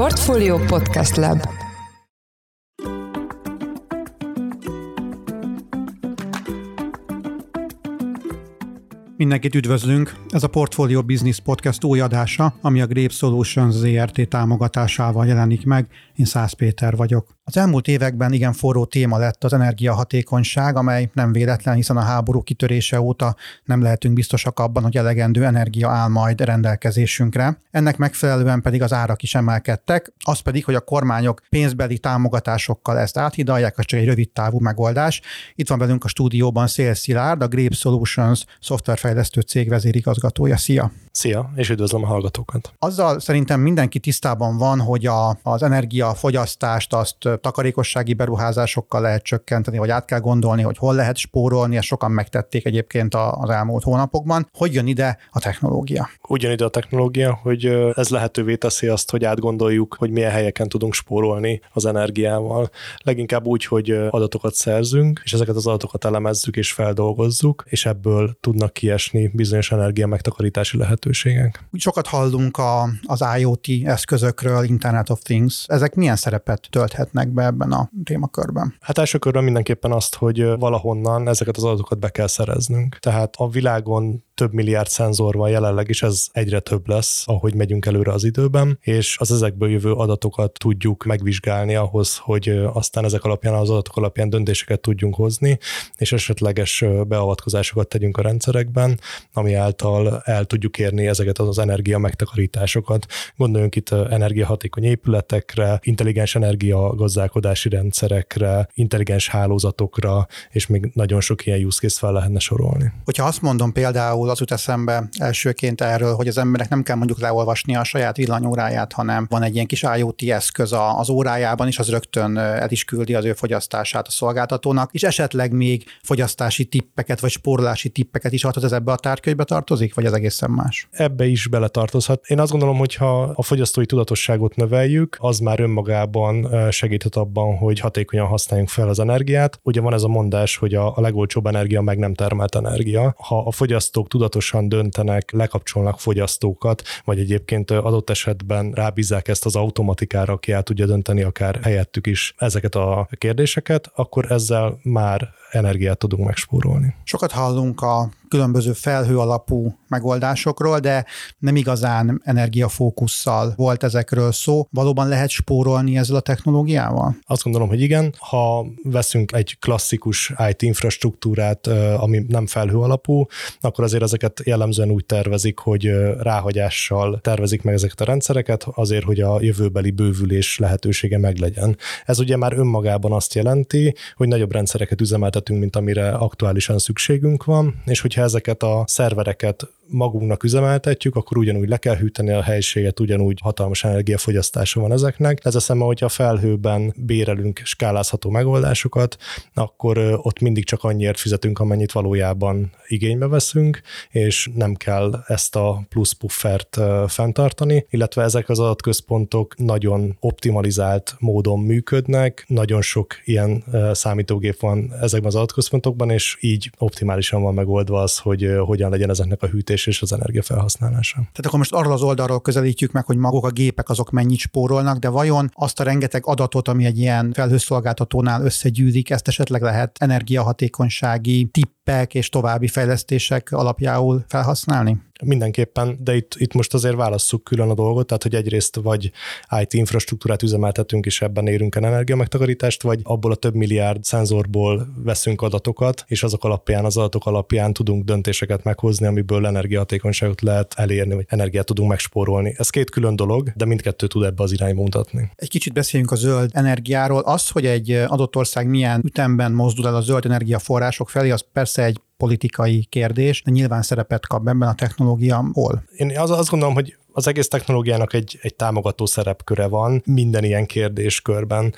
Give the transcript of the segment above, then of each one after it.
Portfolio Podcast Lab. Mindenkit üdvözlünk! Ez a Portfolio Business Podcast új adása, ami a Grape Solutions Zrt. Támogatásával jelenik meg. Én Szász Péter vagyok. Az elmúlt években igen forró téma lett az energiahatékonyság, amely nem véletlen, hiszen a háború kitörése óta nem lehetünk biztosak abban, hogy elegendő energia áll majd rendelkezésünkre. Ennek megfelelően pedig az árak is emelkedtek, az pedig, hogy a kormányok pénzbeli támogatásokkal ezt áthidalják, az csak egy rövid távú megoldás. Itt van velünk a stúdióban Széll Szilárd, a Grape Solutions szoftverfejlesztő cég vezérigazgatója. Szia! Szia, és üdvözlöm a hallgatókat! Azzal szerintem mindenki tisztában van, hogy az energiafogyasztást azt takarékossági beruházásokkal lehet csökkenteni, vagy át kell gondolni, hogy hol lehet spórolni, ezt sokan megtették egyébként az elmúlt hónapokban. Hogy jön ide a technológia? Úgy jön ide a technológia, hogy ez lehetővé teszi azt, hogy átgondoljuk, hogy milyen helyeken tudunk spórolni az energiával. Leginkább úgy, hogy adatokat szerzünk, és ezeket az adatokat elemezzük és feldolgozzuk, és ebből tudnak kiesni bizonyos energia megtakarítási lehetőségek. Úgy sokat hallunk az IoT eszközökről, Internet of Things. Ezek milyen szerepet tölthetnek be ebben a témakörben? Hát első körben mindenképpen azt, hogy valahonnan ezeket az adatokat be kell szereznünk. Tehát a világon több milliárd szenzor van jelenleg, és ez egyre több lesz, ahogy megyünk előre az időben, és az ezekből jövő adatokat tudjuk megvizsgálni ahhoz, hogy aztán ezek alapján, az adatok alapján döntéseket tudjunk hozni, és esetleges beavatkozásokat tegyünk a rendszerekben, ami által el tudjuk érni ezeket az energia megtakarításokat. Gondoljunk itt energiahatékony épületekre, intelligens energiagazdálkodási rendszerekre, intelligens hálózatokra, és még nagyon sok ilyen use case-t fel lehetne sorolni. Hogyha azt mondom például, az jut eszembe elsőként erről, hogy az emberek nem kell mondjuk leolvasni a saját villanyóráját, hanem van egy ilyen kis IoT eszköz az órájában, és az rögtön el is küldi az ő fogyasztását a szolgáltatónak, és esetleg még fogyasztási tippeket, vagy spórolási tippeket is adhat, ez ebbe a tárgykönyvbe tartozik, vagy ez egészen más? Ebbe is beletartozhat. Én azt gondolom, hogy ha a fogyasztói tudatosságot növeljük, az már önmagában segíthet abban, hogy hatékonyan használjunk fel az energiát. Ugye van ez a mondás, hogy a legolcsóbb energia meg nem termelt energia. Ha a fogyasztók tudatosan döntenek, lekapcsolnak fogyasztókat, vagy egyébként adott esetben rábízzák ezt az automatikára, aki el tudja dönteni akár helyettük is ezeket a kérdéseket, akkor ezzel már energiát tudunk megspórolni. Sokat hallunk a különböző felhő alapú megoldásokról, de nem igazán energiafókusszal volt ezekről szó. Valóban lehet spórolni ezzel a technológiával? Azt gondolom, hogy igen. Ha veszünk egy klasszikus IT infrastruktúrát, ami nem felhő alapú, akkor azért ezeket jellemzően úgy tervezik, hogy ráhagyással tervezik meg ezeket a rendszereket, azért, hogy a jövőbeli bővülés lehetősége meglegyen. Ez ugye már önmagában azt jelenti, hogy nagyobb rendszereket üzemeltetünk, mint amire aktuálisan szükségünk van, és hogyha ezeket a szervereket magunknak üzemeltetjük, akkor ugyanúgy le kell hűteni a helyiséget, ugyanúgy hatalmas energiafogyasztása van ezeknek. Ez eszembe, hogyha a felhőben bérelünk skálázható megoldásokat, akkor ott mindig csak annyiért fizetünk, amennyit valójában igénybe veszünk, és nem kell ezt a plusz puffert fenntartani, illetve ezek az adatközpontok nagyon optimalizált módon működnek, nagyon sok ilyen számítógép van ezekben az adatközpontokban, és így optimálisan van megoldva az, hogy hogyan legyen ezeknek a hűtés és az energiafelhasználása. Tehát akkor most arról az oldalról közelítjük meg, hogy maguk a gépek azok mennyit spórolnak, de vajon azt a rengeteg adatot, ami egy ilyen felhőszolgáltatónál összegyűlik, ezt esetleg lehet energiahatékonysági tippek és további fejlesztések alapjául felhasználni? Mindenképpen, de itt most azért válasszuk külön a dolgot, tehát hogy egyrészt vagy IT infrastruktúrát üzemeltetünk, és ebben érünk el energiamegtakarítást, vagy abból a több milliárd szenzorból veszünk adatokat, és azok alapján, az adatok alapján tudunk döntéseket meghozni, amiből energiahatékonyságot lehet elérni, vagy energiát tudunk megspórolni. Ez két külön dolog, de mindkettő tud ebbe az irányba mutatni. Egy kicsit beszéljünk a zöld energiáról. Az, hogy egy adott ország milyen ütemben mozdul el a zöld energiaforrások felé, az persze egy politikai kérdés, de nyilván szerepet kap ebben a technológia hol? Én azt gondolom, hogy az egész technológiának egy támogató szerepköre van minden ilyen kérdéskörben.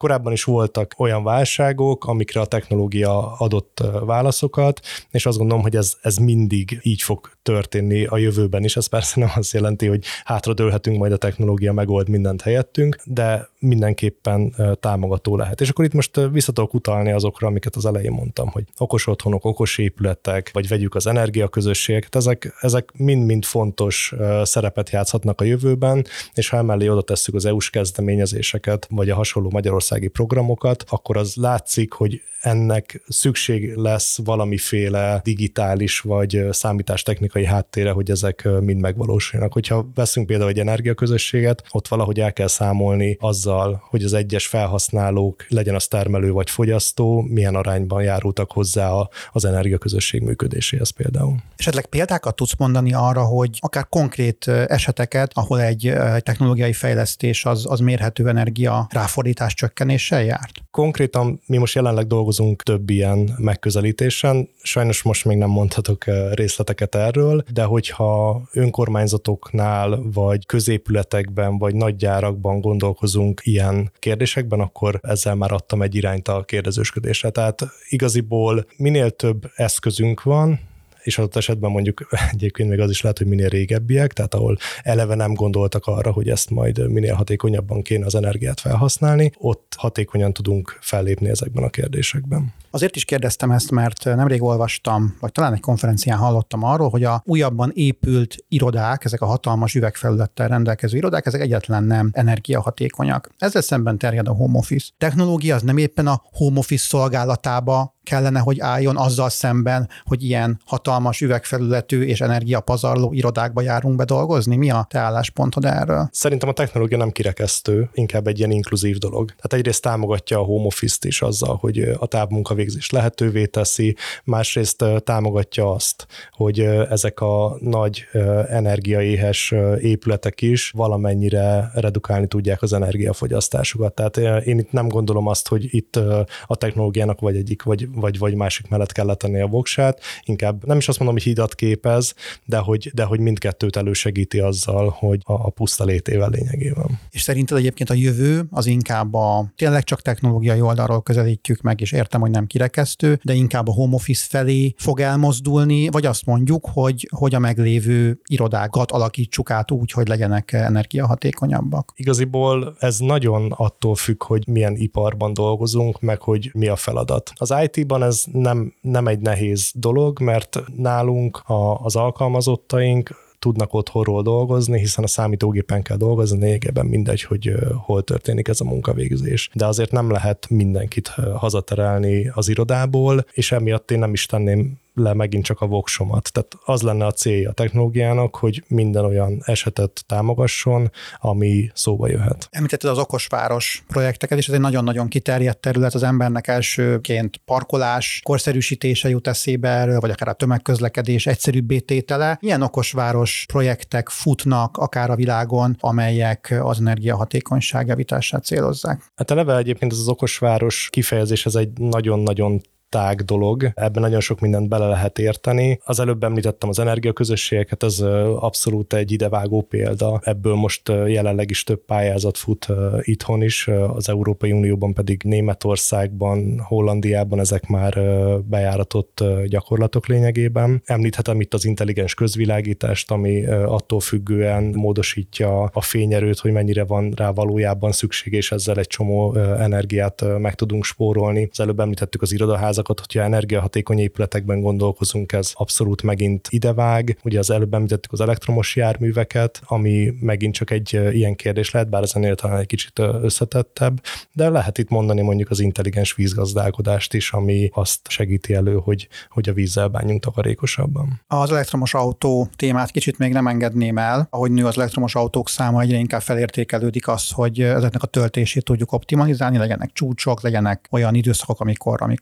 korábban is voltak olyan válságok, amikre a technológia adott válaszokat, és azt gondolom, hogy ez mindig így fog történni a jövőben is. Ez persze nem azt jelenti, hogy hátradőlhetünk, majd a technológia megold mindent helyettünk, de mindenképpen támogató lehet. És akkor itt most vissza tudok utalni azokra, amiket az elején mondtam, hogy okos otthonok, okos épületek, vagy vegyük az energiaközösségeket, ezek mind-mind fontos szerepet játszhatnak a jövőben, és ha emellé oda tesszük az EU-s kezdeményezéseket, vagy a hasonló magyarországi programokat, akkor az látszik, hogy ennek szükség lesz valamiféle digitális vagy számítástechnikai háttérre, hogy ezek mind megvalósuljanak. Hogyha veszünk például egy energiaközösséget, ott valahogy el kell számolni azzal, hogy az egyes felhasználók, legyen az termelő vagy fogyasztó, milyen arányban járultak hozzá az energiaközösség működéséhez például. Esetleg példákat tudsz mondani arra, hogy akár konkrét eseteket, ahol egy technológiai fejlesztés az mérhető energia ráfordítás csökkenéssel járt? Konkrétan mi most jelenleg dolgozunk több ilyen megközelítésen. Sajnos most még nem mondhatok részleteket erről, de hogyha önkormányzatoknál, vagy középületekben, vagy nagygyárakban gondolkozunk ilyen kérdésekben, akkor ezzel már adtam egy irányt a kérdezősködésre. Tehát igaziból minél több eszközünk van, és adott esetben mondjuk egyébként még az is lehet, hogy minél régebbiek, tehát ahol eleve nem gondoltak arra, hogy ezt majd minél hatékonyabban kéne az energiát felhasználni, ott hatékonyan tudunk fellépni ezekben a kérdésekben. Azért is kérdeztem ezt, mert nemrég olvastam, vagy talán egy konferencián hallottam arról, hogy a újabban épült irodák, ezek a hatalmas üvegfelülettel rendelkező irodák, ezek egyetlen nem energiahatékonyak. Ezzel szemben terjed a home office. Technológia az nem éppen a home office szolgálatába kellene, hogy álljon azzal szemben, hogy ilyen hatalmas üvegfelületű és energiapazarló irodákba járunk be dolgozni? Mi a te álláspontod erről? Szerintem a technológia nem kirekesztő, inkább egy ilyen inkluzív dolog. Tehát egyrészt támogatja a home office-t is azzal, hogy a távmunkavégzést lehetővé teszi, másrészt támogatja azt, hogy ezek a nagy energiaéhes épületek is valamennyire redukálni tudják az energiafogyasztásukat. Tehát én itt nem gondolom azt, hogy itt a technológiának vagy egyik, vagy másik mellett kell letenni a voksát, inkább nem is azt mondom, hogy hidat képez, de hogy mindkettőt elősegíti azzal, hogy a puszta létével lényegében. És szerinted egyébként a jövő az inkább tényleg csak technológiai oldalról közelítjük meg, és értem, hogy nem kirekesztő, de inkább a home office felé fog elmozdulni, vagy azt mondjuk, hogy a meglévő irodákat alakítsuk át úgy, hogy legyenek energiahatékonyabbak. Igaziból ez nagyon attól függ, hogy milyen iparban dolgozunk, meg hogy mi a feladat. Az IT-ban ez nem egy nehéz dolog, mert nálunk az alkalmazottaink tudnak otthonról dolgozni, hiszen a számítógépen kell dolgozni, lényegében mindegy, hogy hol történik ez a munkavégzés. De azért nem lehet mindenkit hazaterelni az irodából, és emiatt én nem is tenném le megint csak a voksomat. Tehát az lenne a célja a technológiának, hogy minden olyan esetet támogasson, ami szóba jöhet. Említetted az okosváros projekteket, és ez egy nagyon-nagyon kiterjedt terület, az embernek elsőként parkolás, korszerűsítése jut eszébe erről, vagy akár a tömegközlekedés egyszerűbbé tétele. Milyen okosváros projektek futnak akár a világon, amelyek az energiahatékonyság javítását célozzák? Hát eleve egyébként ez az okosváros kifejezés, ez egy nagyon-nagyon tág dolog, ebben nagyon sok mindent bele lehet érteni. Az előbb említettem az energiaközösségeket, ez abszolút egy idevágó példa. Ebből most jelenleg is több pályázat fut itthon is, az Európai Unióban pedig Németországban, Hollandiában ezek már bejáratott gyakorlatok lényegében. Említhetem itt az intelligens közvilágítást, ami attól függően módosítja a fényerőt, hogy mennyire van rá valójában szükség, és ezzel egy csomó energiát meg tudunk spórolni. Az előbb említettük az irodaházakat, hogyha energiahatékony épületekben gondolkozunk, ez abszolút megint idevág. Ugye az előbb említettük az elektromos járműveket, ami megint csak egy ilyen kérdés lehet, bár ez ennél talán egy kicsit összetettebb, de lehet itt mondani mondjuk az intelligens vízgazdálkodást is, ami azt segíti elő, hogy a vízzel bánjunk takarékosabban. Az elektromos autó témát kicsit még nem engedném el. Ahogy nő az elektromos autók száma, egyre inkább felértékelődik az, hogy ezeknek a töltését tudjuk optimalizálni, legyenek csúcsok, legyenek olyan időszakok, amikor tényleg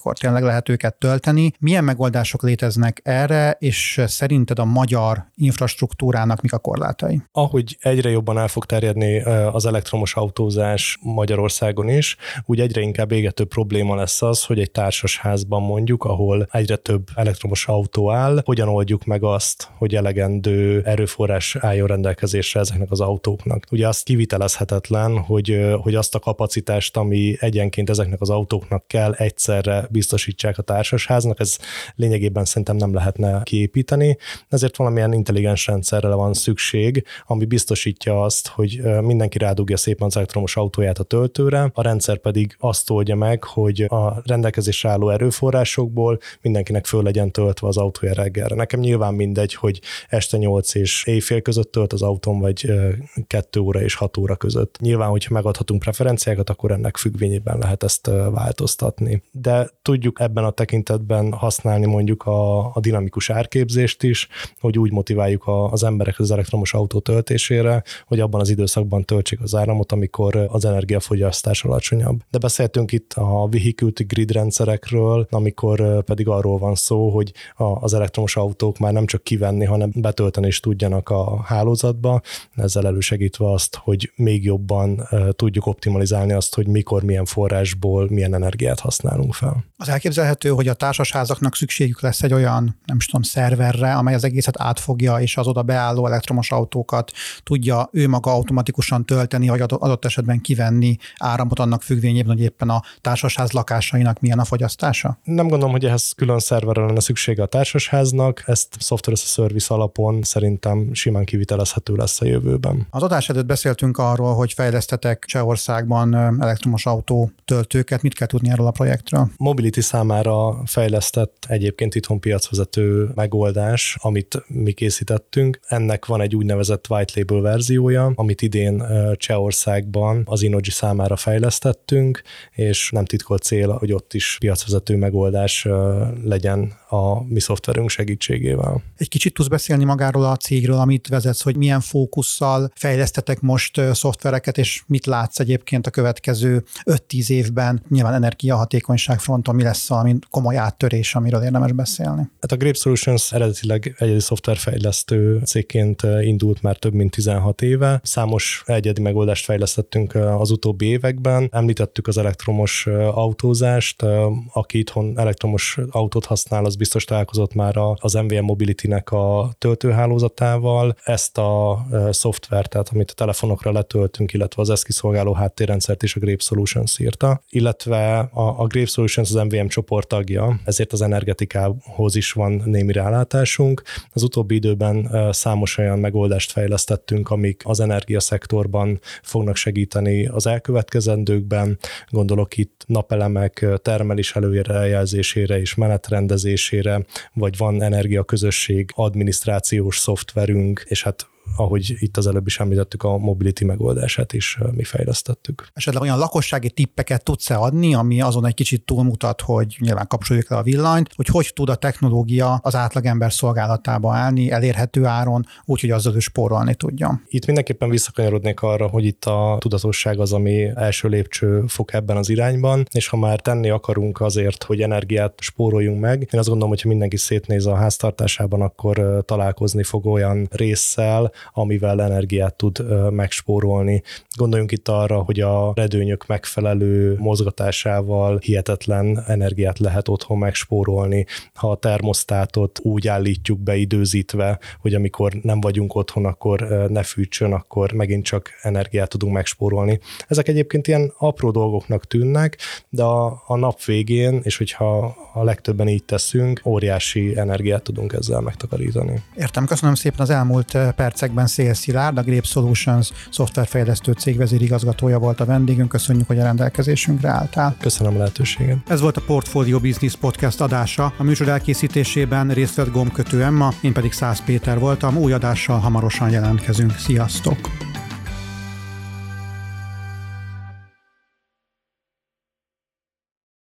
meg lehet őket tölteni. Milyen megoldások léteznek erre, és szerinted a magyar infrastruktúrának mik a korlátai? Ahogy egyre jobban el fog terjedni az elektromos autózás Magyarországon is, úgy egyre inkább égető probléma lesz az, hogy egy társasházban mondjuk, ahol egyre több elektromos autó áll, hogyan oldjuk meg azt, hogy elegendő erőforrás álljon rendelkezésre ezeknek az autóknak. Ugye az kivitelezhetetlen, hogy azt a kapacitást, ami egyenként ezeknek az autóknak kell, egyszerre biztosítsák a társasháznak, ez lényegében szerintem nem lehetne kiépíteni, ezért valamilyen intelligens rendszerre van szükség, ami biztosítja azt, hogy mindenki rádugja szépen az elektromos autóját a töltőre, a rendszer pedig azt oldja meg, hogy a rendelkezésre álló erőforrásokból mindenkinek föl legyen töltve az autója reggelre. Nekem nyilván mindegy, hogy este 8 és éjfél között tölt az autón, vagy 2 óra és 6 óra között. Nyilván, hogyha megadhatunk preferenciákat, akkor ennek függvényében lehet ezt változtatni. De tudjuk ebben a tekintetben használni mondjuk a dinamikus árképzést is, hogy úgy motiváljuk az emberek az elektromos autó töltésére, hogy abban az időszakban töltsék az áramot, amikor az energiafogyasztás alacsonyabb. De beszéltünk itt a vehicle-to grid rendszerekről, amikor pedig arról van szó, hogy az elektromos autók már nem csak kivenni, hanem betölteni is tudjanak a hálózatba, ezzel elősegítve azt, hogy még jobban tudjuk optimalizálni azt, hogy mikor, milyen forrásból milyen energiát használunk fel. Az elképzelhető, hogy a társasházaknak szükségük lesz egy olyan, nem is tudom, szerverre, amely az egészet átfogja, és az oda beálló elektromos autókat tudja ő maga automatikusan tölteni, vagy adott esetben kivenni áramot annak függvényében, hogy éppen a társasház lakásainak milyen a fogyasztása? Nem gondolom, hogy ehhez külön szerverre lenne szüksége a társasháznak, ezt software as a service alapon szerintem simán kivitelezhető lesz a jövőben. Az adás előtt beszéltünk arról, hogy fejlesztetek Csehországban elektromos autó töltőket. Mit kell tudni erről a projektről? Mobility számára fejlesztett egyébként itthon piacvezető megoldás, amit mi készítettünk. Ennek van egy úgynevezett white label verziója, amit idén Csehországban az Innogy számára fejlesztettünk, és nem titkolt cél, hogy ott is piacvezető megoldás legyen a mi szoftverünk segítségével. Egy kicsit tudsz beszélni magáról a cégről, amit vezetsz, hogy milyen fókusszal fejlesztetek most szoftvereket, és mit látsz egyébként a következő 5-10 évben? Nyilván energiahatékonyság fronton mi lesz valami komoly áttörés, amiről érdemes beszélni? Hát a Grape Solutions eredetileg egyedi szoftverfejlesztő cégként indult már több mint 16 éve. Számos egyedi megoldást fejlesztettünk az utóbbi években. Említettük az elektromos autózást. Aki itthon elektromos autót használ, az biztos találkozott már az MVM Mobility-nek a töltőhálózatával. Ezt a szoftvert, tehát amit a telefonokra letöltünk, illetve az ezt kiszolgáló háttérrendszert is a Grape Solutions írta, illetve a Grape Solutions az MVM csoport tagja, ezért az energetikához is van némi rálátásunk. Az utóbbi időben számos olyan megoldást fejlesztettünk, amik az energiaszektorban fognak segíteni az elkövetkezendőkben. Gondolok itt napelemek termelés előrejelzésére és menetrendezésére, vagy van energiaközösség adminisztrációs szoftverünk, és hát ahogy itt az előbb is említettük, a mobility megoldását is mi fejlesztettük. Esetleg olyan lakossági tippeket tudsz-e adni, ami azon egy kicsit túlmutat, hogy nyilván kapcsoljuk le a villanyt, hogy tud a technológia az átlagember szolgálatába állni, elérhető áron, úgyhogy azzal ő spórolni tudjon. Itt mindenképpen visszakanyarodnék arra, hogy itt a tudatosság az, ami első lépcsőfok ebben az irányban, és ha már tenni akarunk azért, hogy energiát spóroljunk meg, én azt gondolom, hogy ha mindenki szétnéz a háztartásában, akkor találkozni fog olyan résszel, amivel energiát tud megspórolni. Gondoljunk itt arra, hogy a redőnyök megfelelő mozgatásával hihetetlen energiát lehet otthon megspórolni. Ha a termosztátot úgy állítjuk be időzítve, hogy amikor nem vagyunk otthon, akkor ne fűtsön, akkor megint csak energiát tudunk megspórolni. Ezek egyébként ilyen apró dolgoknak tűnnek, de a nap végén, és hogyha a legtöbben így teszünk, óriási energiát tudunk ezzel megtakarítani. Értem, köszönöm szépen. Az elmúlt percekben Szél Szilárd, a Grape Solutions szoftverfejlesztő cég vezérigazgatója volt a vendégünk. Köszönjük, hogy a rendelkezésünkre álltál. Köszönöm a lehetőséget. Ez volt a Portfolio Business Podcast adása. A műsor elkészítésében részt vett Gombkötő Emma, én pedig Szász Péter voltam. Új adással hamarosan jelentkezünk. Sziasztok!